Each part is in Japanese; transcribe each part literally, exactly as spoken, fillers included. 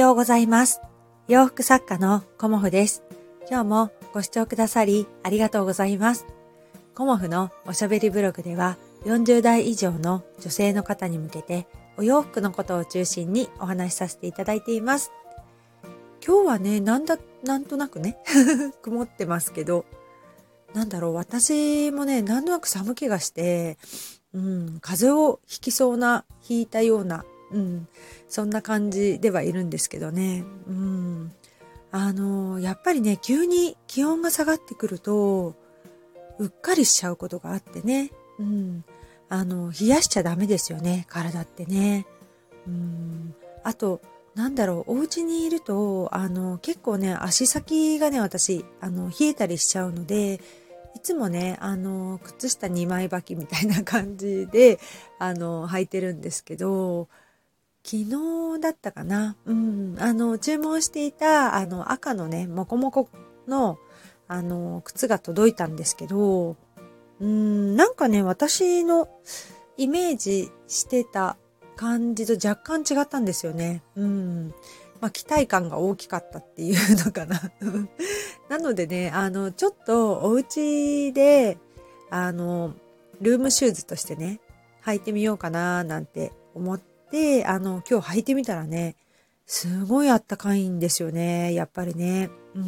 ようございます。洋服作家のコモフです。今日もご視聴くださりありがとうございます。コモフのおしゃべりブログではよんじゅう代以上の女性の方に向けてお洋服のことを中心にお話しさせていただいています。今日はね、なんだ、なんとなくね、曇ってますけど、なんだろう、私もね、なんとなく寒気がして、うん、風邪をひきそうな、ひいたような、うん、そんな感じではいるんですけどね。うん、あの、やっぱりね、急に気温が下がってくると、うっかりしちゃうことがあってね。うん、あの、冷やしちゃダメですよね、体ってね。うん、あと、なんだろう、お家にいると、あの、結構ね、足先がね、私、あの、冷えたりしちゃうので、いつもね、あの、靴下にまい履きみたいな感じで、あの、履いてるんですけど、昨日だったかな、うん、あの、注文していた、あの、赤のね、もこもこの、あの、靴が届いたんですけど、うん、なんかね、私のイメージしてた感じと若干違ったんですよね。うん。まあ、期待感が大きかったっていうのかな。なのでね、あの、ちょっとお家で、あの、ルームシューズとしてね、履いてみようかななんて思って、あの、今日履いてみたらね、すごいあったかいんですよね。やっぱりね。うん。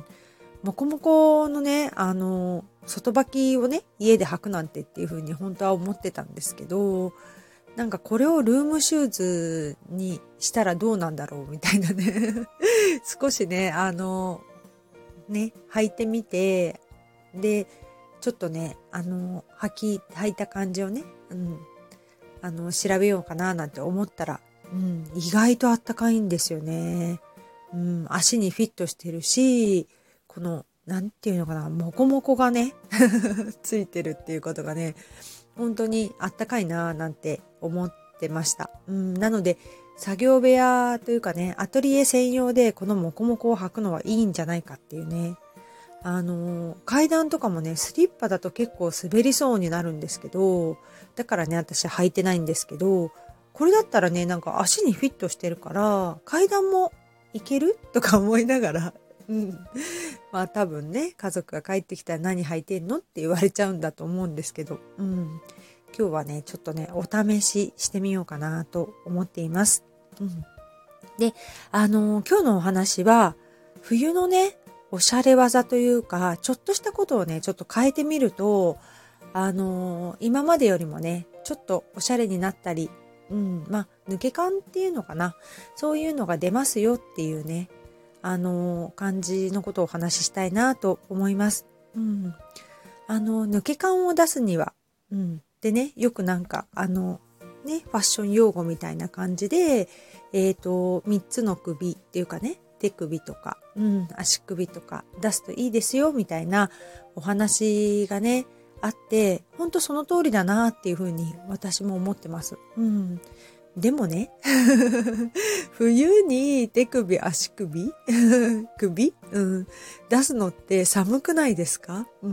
もこもこのね、あの、外履きをね、家で履くなんてっていう風に本当は思ってたんですけど、なんかこれをルームシューズにしたらどうなんだろうみたいなね。少しね、あの、ね、履いてみて、で、ちょっとね、あの、履き、履いた感じをね、うん、あの、調べようかななんて思ったら、うん、意外とあったかいんですよね。うん、足にフィットしてるし、この、なんていうのかな、もこもこがね、ついてるっていうことがね、本当にあったかいななんて思ってました。うん、なので、作業部屋というかね、アトリエ専用でこのモコモコを履くのはいいんじゃないかっていうね。あの、階段とかもね、スリッパだと結構滑りそうになるんですけど、だからね、私履いてないんですけど、これだったらね、なんか足にフィットしてるから、階段もいけるとか思いながら、うん。まあ多分ね、家族が帰ってきたら何履いてんのって言われちゃうんだと思うんですけど、うん。今日はね、ちょっとね、お試ししてみようかなと思っています。うん。で、あのー今日のお話は、冬のね、おしゃれ技というか、ちょっとしたことをね、ちょっと変えてみると、あのー今までよりもね、ちょっとおしゃれになったり、うん、まあ、抜け感っていうのかな。そういうのが出ますよっていうね、あのー感じのことをお話ししたいなと思います。うん。あの、抜け感を出すには、うん。でね、よくなんか、あの、ね、ファッション用語みたいな感じで、えっと、みっつの首っていうかね、手首とか、うん、足首とか出すといいですよ、みたいなお話がね、あって、ほんとその通りだなっていうふうに私も思ってます。うん。でもね、冬に手首、足首首、うん、出すのって寒くないですか？うん。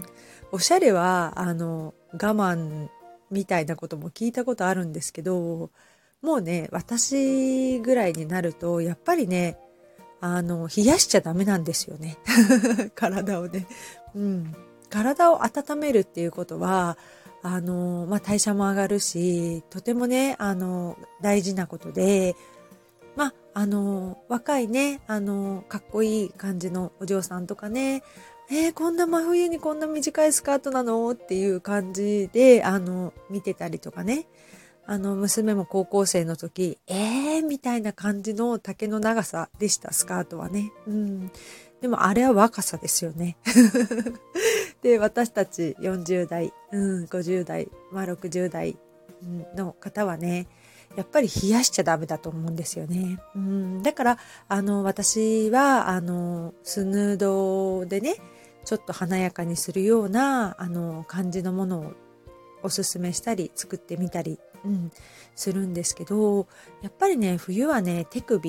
おしゃれは、あの、我慢みたいなことも聞いたことあるんですけど、もうね、私ぐらいになると、やっぱりね、あの、冷やしちゃダメなんですよね。体をね。うん。体を温めるっていうことは、あの、まあ、代謝も上がるし、とてもね、あの、大事なことで、まあ、あの、若いね、あの、かっこいい感じのお嬢さんとかね、えー、こんな真冬にこんな短いスカートなのっていう感じで、あの、見てたりとかね。あの、娘も高校生の時、えーみたいな感じの丈の長さでした、スカートはね。うん。でもあれは若さですよね。で、私たちよんじゅう代、うん、ごじゅう代、まあろくじゅう代の方はね、やっぱり冷やしちゃダメだと思うんですよね。うん、だから、あの、私は、あの、スヌードでね、ちょっと華やかにするような、あの、感じのものをおすすめしたり、作ってみたり、うん、するんですけど、やっぱりね、冬はね、手首、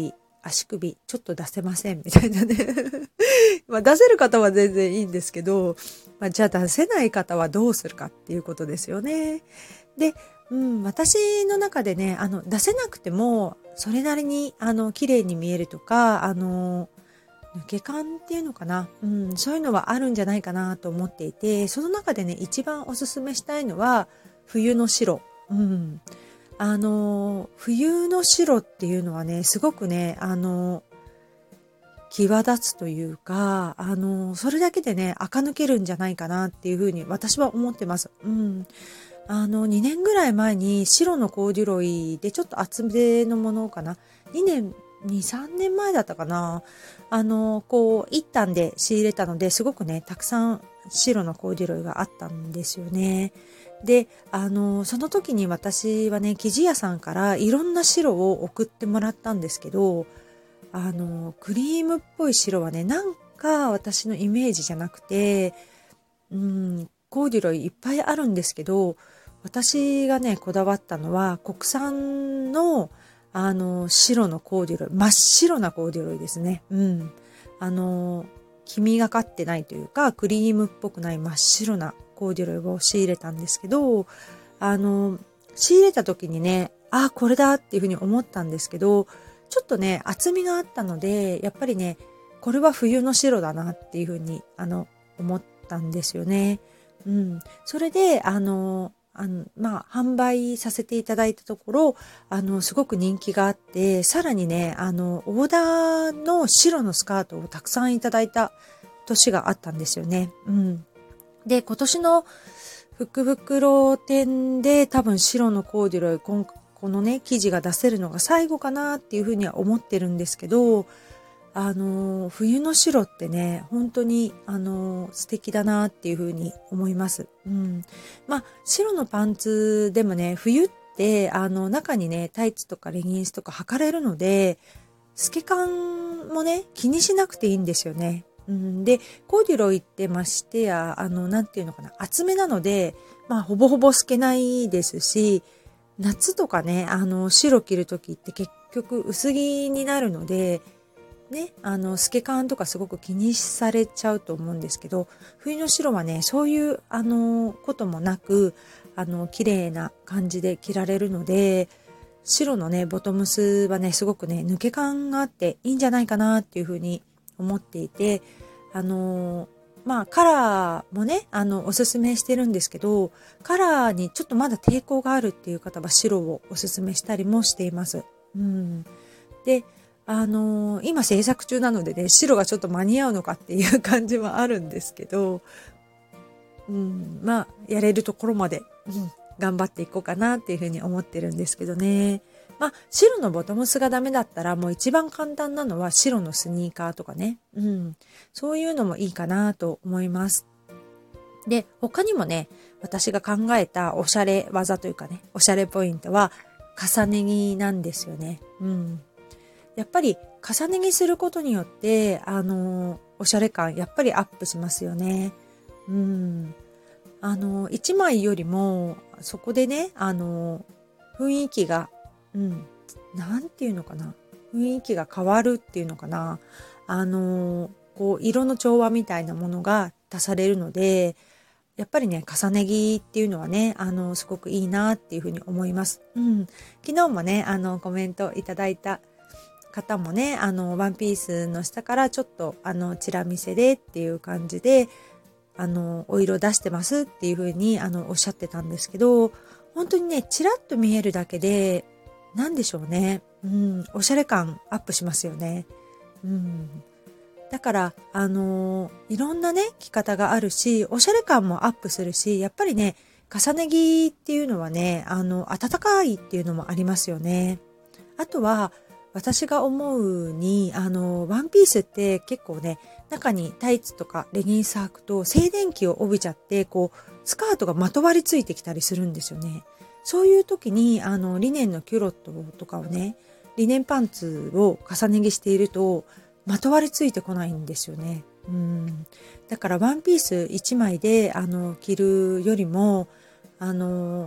足首ちょっと出せませんみたいなねまあ出せる方は全然いいんですけど、まあ、じゃあ出せない方はどうするかっていうことですよね。で、うん、私の中でね、あの出せなくてもそれなりにあの綺麗に見えるとか、あの抜け感っていうのかな、うん、そういうのはあるんじゃないかなと思っていて、その中でね一番おすすめしたいのは冬の白。うん、あの冬の白っていうのはねすごくねあの際立つというか、あのそれだけでね垢抜けるんじゃないかなっていうふうに私は思ってます。うん、あのにねんぐらい前に白のコーデュロイでちょっと厚めのものかな、にねんに、さんねんまえだったかな、あのこう一旦で仕入れたので、すごくねたくさん白のコーデュロイがあったんですよね。で、あのその時に私はね生地屋さんからいろんな白を送ってもらったんですけど、あのクリームっぽい白はねなんか私のイメージじゃなくて、うん、コーデュロイいっぱいあるんですけど、私がねこだわったのは国産のあの白のコーデュロイ、真っ白なコーデュロイですね。うん、あの黄みがかってないというかクリームっぽくない真っ白なコーデュロイを仕入れたんですけど、あの仕入れた時にね、あこれだっていうふうに思ったんですけど、ちょっとね厚みがあったので、やっぱりねこれは冬の白だなっていうふうにあの思ったんですよね。うん、それであのあのまあ販売させていただいたところ、あのすごく人気があって、さらにねあのオーダーの白のスカートをたくさんいただいた年があったんですよね。うん、で今年の福袋店で多分白のコーデュロイここのね生地が出せるのが最後かなっていうふうには思ってるんですけど、あの冬の白ってね本当にあの素敵だなっていうふうに思います。うん、まあ白のパンツでもね冬ってあの中にねタイツとかレギンスとか履かれるので、透け感もね気にしなくていいんですよね。うん、でコーデュロイってましてやあのなんていうのかな、厚めなので、まあほぼほぼ透けないですし、夏とかねあの白着る時って結局薄着になるのでね、あの透け感とかすごく気にされちゃうと思うんですけど、冬の白はねそういうあのこともなく、あの綺麗な感じで着られるので、白のねボトムスはねすごくね抜け感があっていいんじゃないかなっていうふうに思っていて、あのまあカラーもねあのおすすめしてるんですけど、カラーにちょっとまだ抵抗があるっていう方は白をおすすめしたりもしています。うん、であのー、今制作中なのでね白がちょっと間に合うのかっていう感じはあるんですけど、うん、まあやれるところまで、うん、頑張っていこうかなっていうふうに思ってるんですけどね。まあ白のボトムスがダメだったらもう一番簡単なのは白のスニーカーとかね、うん、そういうのもいいかなと思います。で他にもね私が考えたおしゃれ技というかねおしゃれポイントは重ね着なんですよね。うん、やっぱり重ね着することによってあのおしゃれ感やっぱりアップしますよね。うん、あの一枚よりもそこでねあの雰囲気が、うん、なんていうのかな、雰囲気が変わるっていうのかな、あのこう色の調和みたいなものが出されるので、やっぱりね重ね着っていうのはねあのすごくいいなっていうふうに思います。うん、昨日もねあのコメントいただいた方もねあのワンピースの下からちょっとあのチラ見せでっていう感じであのお色出してますっていう風にあのおっしゃってたんですけど、本当にねチラッと見えるだけでなんでしょうね、うん、おしゃれ感アップしますよね。うん、だからあのいろんなね着方があるしおしゃれ感もアップするし、やっぱりね重ね着っていうのはねあの暖かいっていうのもありますよね。あとは私が思うにあのワンピースって結構ね中にタイツとかレギンス履くと静電気を帯びちゃってこうスカートがまとわりついてきたりするんですよね。そういう時にあのリネンのキュロットとかをねリネンパンツを重ね着しているとまとわりついてこないんですよね。うん、だからワンピースいちまいであの着るよりもあの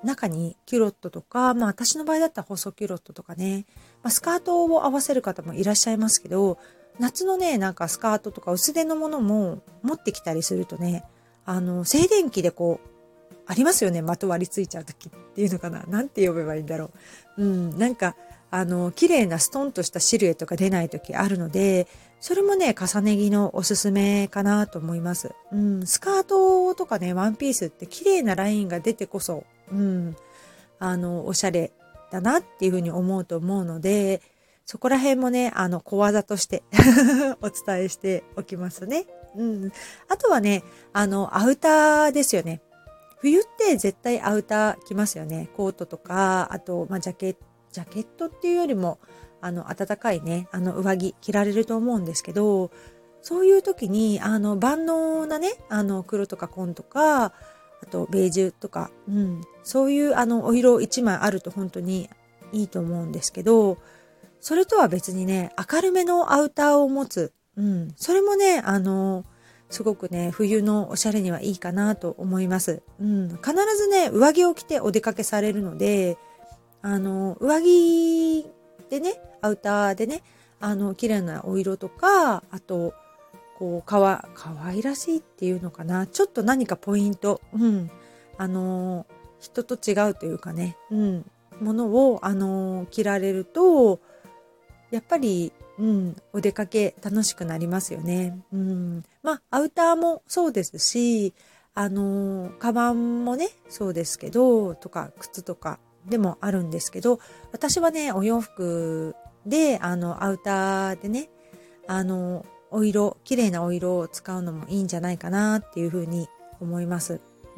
中にキュロットとか、まあ私の場合だったら細キュロットとかね、まあ、スカートを合わせる方もいらっしゃいますけど、夏のね、なんかスカートとか薄手のものも持ってきたりするとね、あの、静電気でこう、ありますよね。まとわりついちゃう時っていうのかな。なんて呼べばいいんだろう。うん、なんか、あの、綺麗なストンとしたシルエットが出ない時あるので、それもね、重ね着のおすすめかなと思います。うん、スカートとかね、ワンピースって綺麗なラインが出てこそ、うん、あの、おしゃれだなっていうふうに思うと思うので、そこら辺もね、あの、小技としてお伝えしておきますね。うん。あとはね、あの、アウターですよね。冬って絶対アウター着ますよね。コートとか、あと、まあ、ジャケット、ジャケットっていうよりも、あの、暖かいね、あの、上着着られると思うんですけど、そういう時に、あの、万能なね、あの、黒とか紺とか、あと、ベージュとか、うん、そういう、あの、お色一枚あると本当にいいと思うんですけど、それとは別にね、明るめのアウターを持つ、うん、それもね、あの、すごくね、冬のおしゃれにはいいかなと思います。うん、必ずね、上着を着てお出かけされるので、あの、上着でね、アウターでね、あの、綺麗なお色とか、あと、こう、かわ、かわいらしいっていうのかな。ちょっと何かポイント、うん、あの、人と違うというかね、うん、ものを、あの、着られると、やっぱり、うん、お出かけ楽しくなりますよね。うん、まあ、アウターもそうですし、あの、カバンもね、そうですけど、とか、靴とかでもあるんですけど、私はね、お洋服で、あの、アウターでね、あの、お色、綺麗なお色を使うのもいいんじゃないかなっていうふうに思います。うん。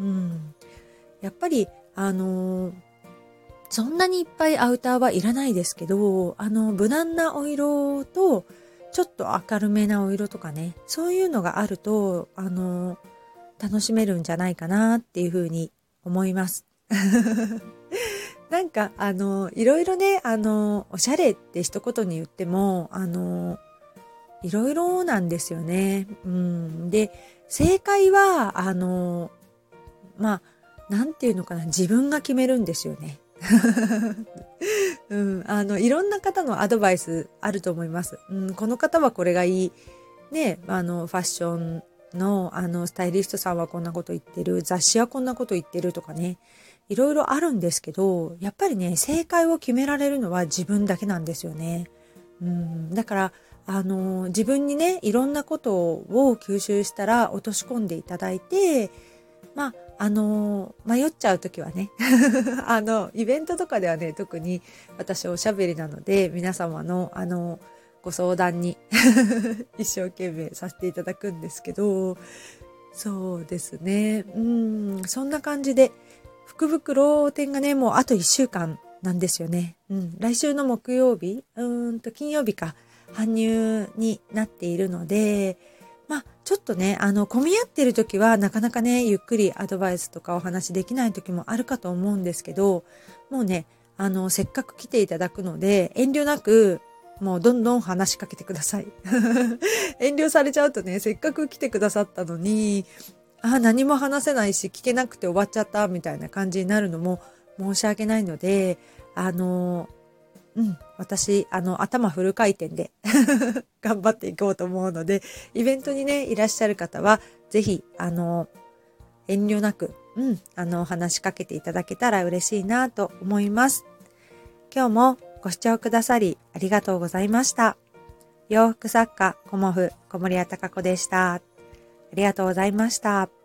やっぱり、あの、そんなにいっぱいアウターはいらないですけど、あの、無難なお色と、ちょっと明るめなお色とかね、そういうのがあると、あの、楽しめるんじゃないかなっていうふうに思います。なんか、あの、いろいろね、あの、おしゃれって一言に言っても、あの、いろいろなんですよね。うん。で、正解は、あの、まあ、なんていうのかな、自分が決めるんですよね。うん、あの、いろんな方のアドバイスあると思います。うん、この方はこれがいい。ね、あの、ファッションの、あの、スタイリストさんはこんなこと言ってる。雑誌はこんなこと言ってるとかね。いろいろあるんですけど、やっぱりね、正解を決められるのは自分だけなんですよね。うん、だから、あの、自分にね、いろんなことを吸収したら落とし込んでいただいて、まあ、あのー、迷っちゃうときはね、あの、イベントとかではね、特に私おしゃべりなので、皆様の、あの、ご相談に一生懸命させていただくんですけど、そうですね。うん、そんな感じで、福袋展がね、もうあといっしゅうかんなんですよね。うん、来週の木曜日、うーんと金曜日か、搬入になっているので、まあ、ちょっとね、あの、混み合ってる時はなかなかね、ゆっくりアドバイスとかお話できない時もあるかと思うんですけど、もうね、あの、せっかく来ていただくので、遠慮なく、もうどんどん話しかけてください。遠慮されちゃうとね、せっかく来てくださったのに、あ、何も話せないし、聞けなくて終わっちゃったみたいな感じになるのも申し訳ないので、あの、うん、私、あの、頭フル回転で頑張っていこうと思うので、イベントにね、いらっしゃる方は、ぜひ、あの、遠慮なく、うん、あの、話しかけていただけたら嬉しいなと思います。今日もご視聴くださり、ありがとうございました。洋服作家、コモフ、小森屋隆子でした。ありがとうございました。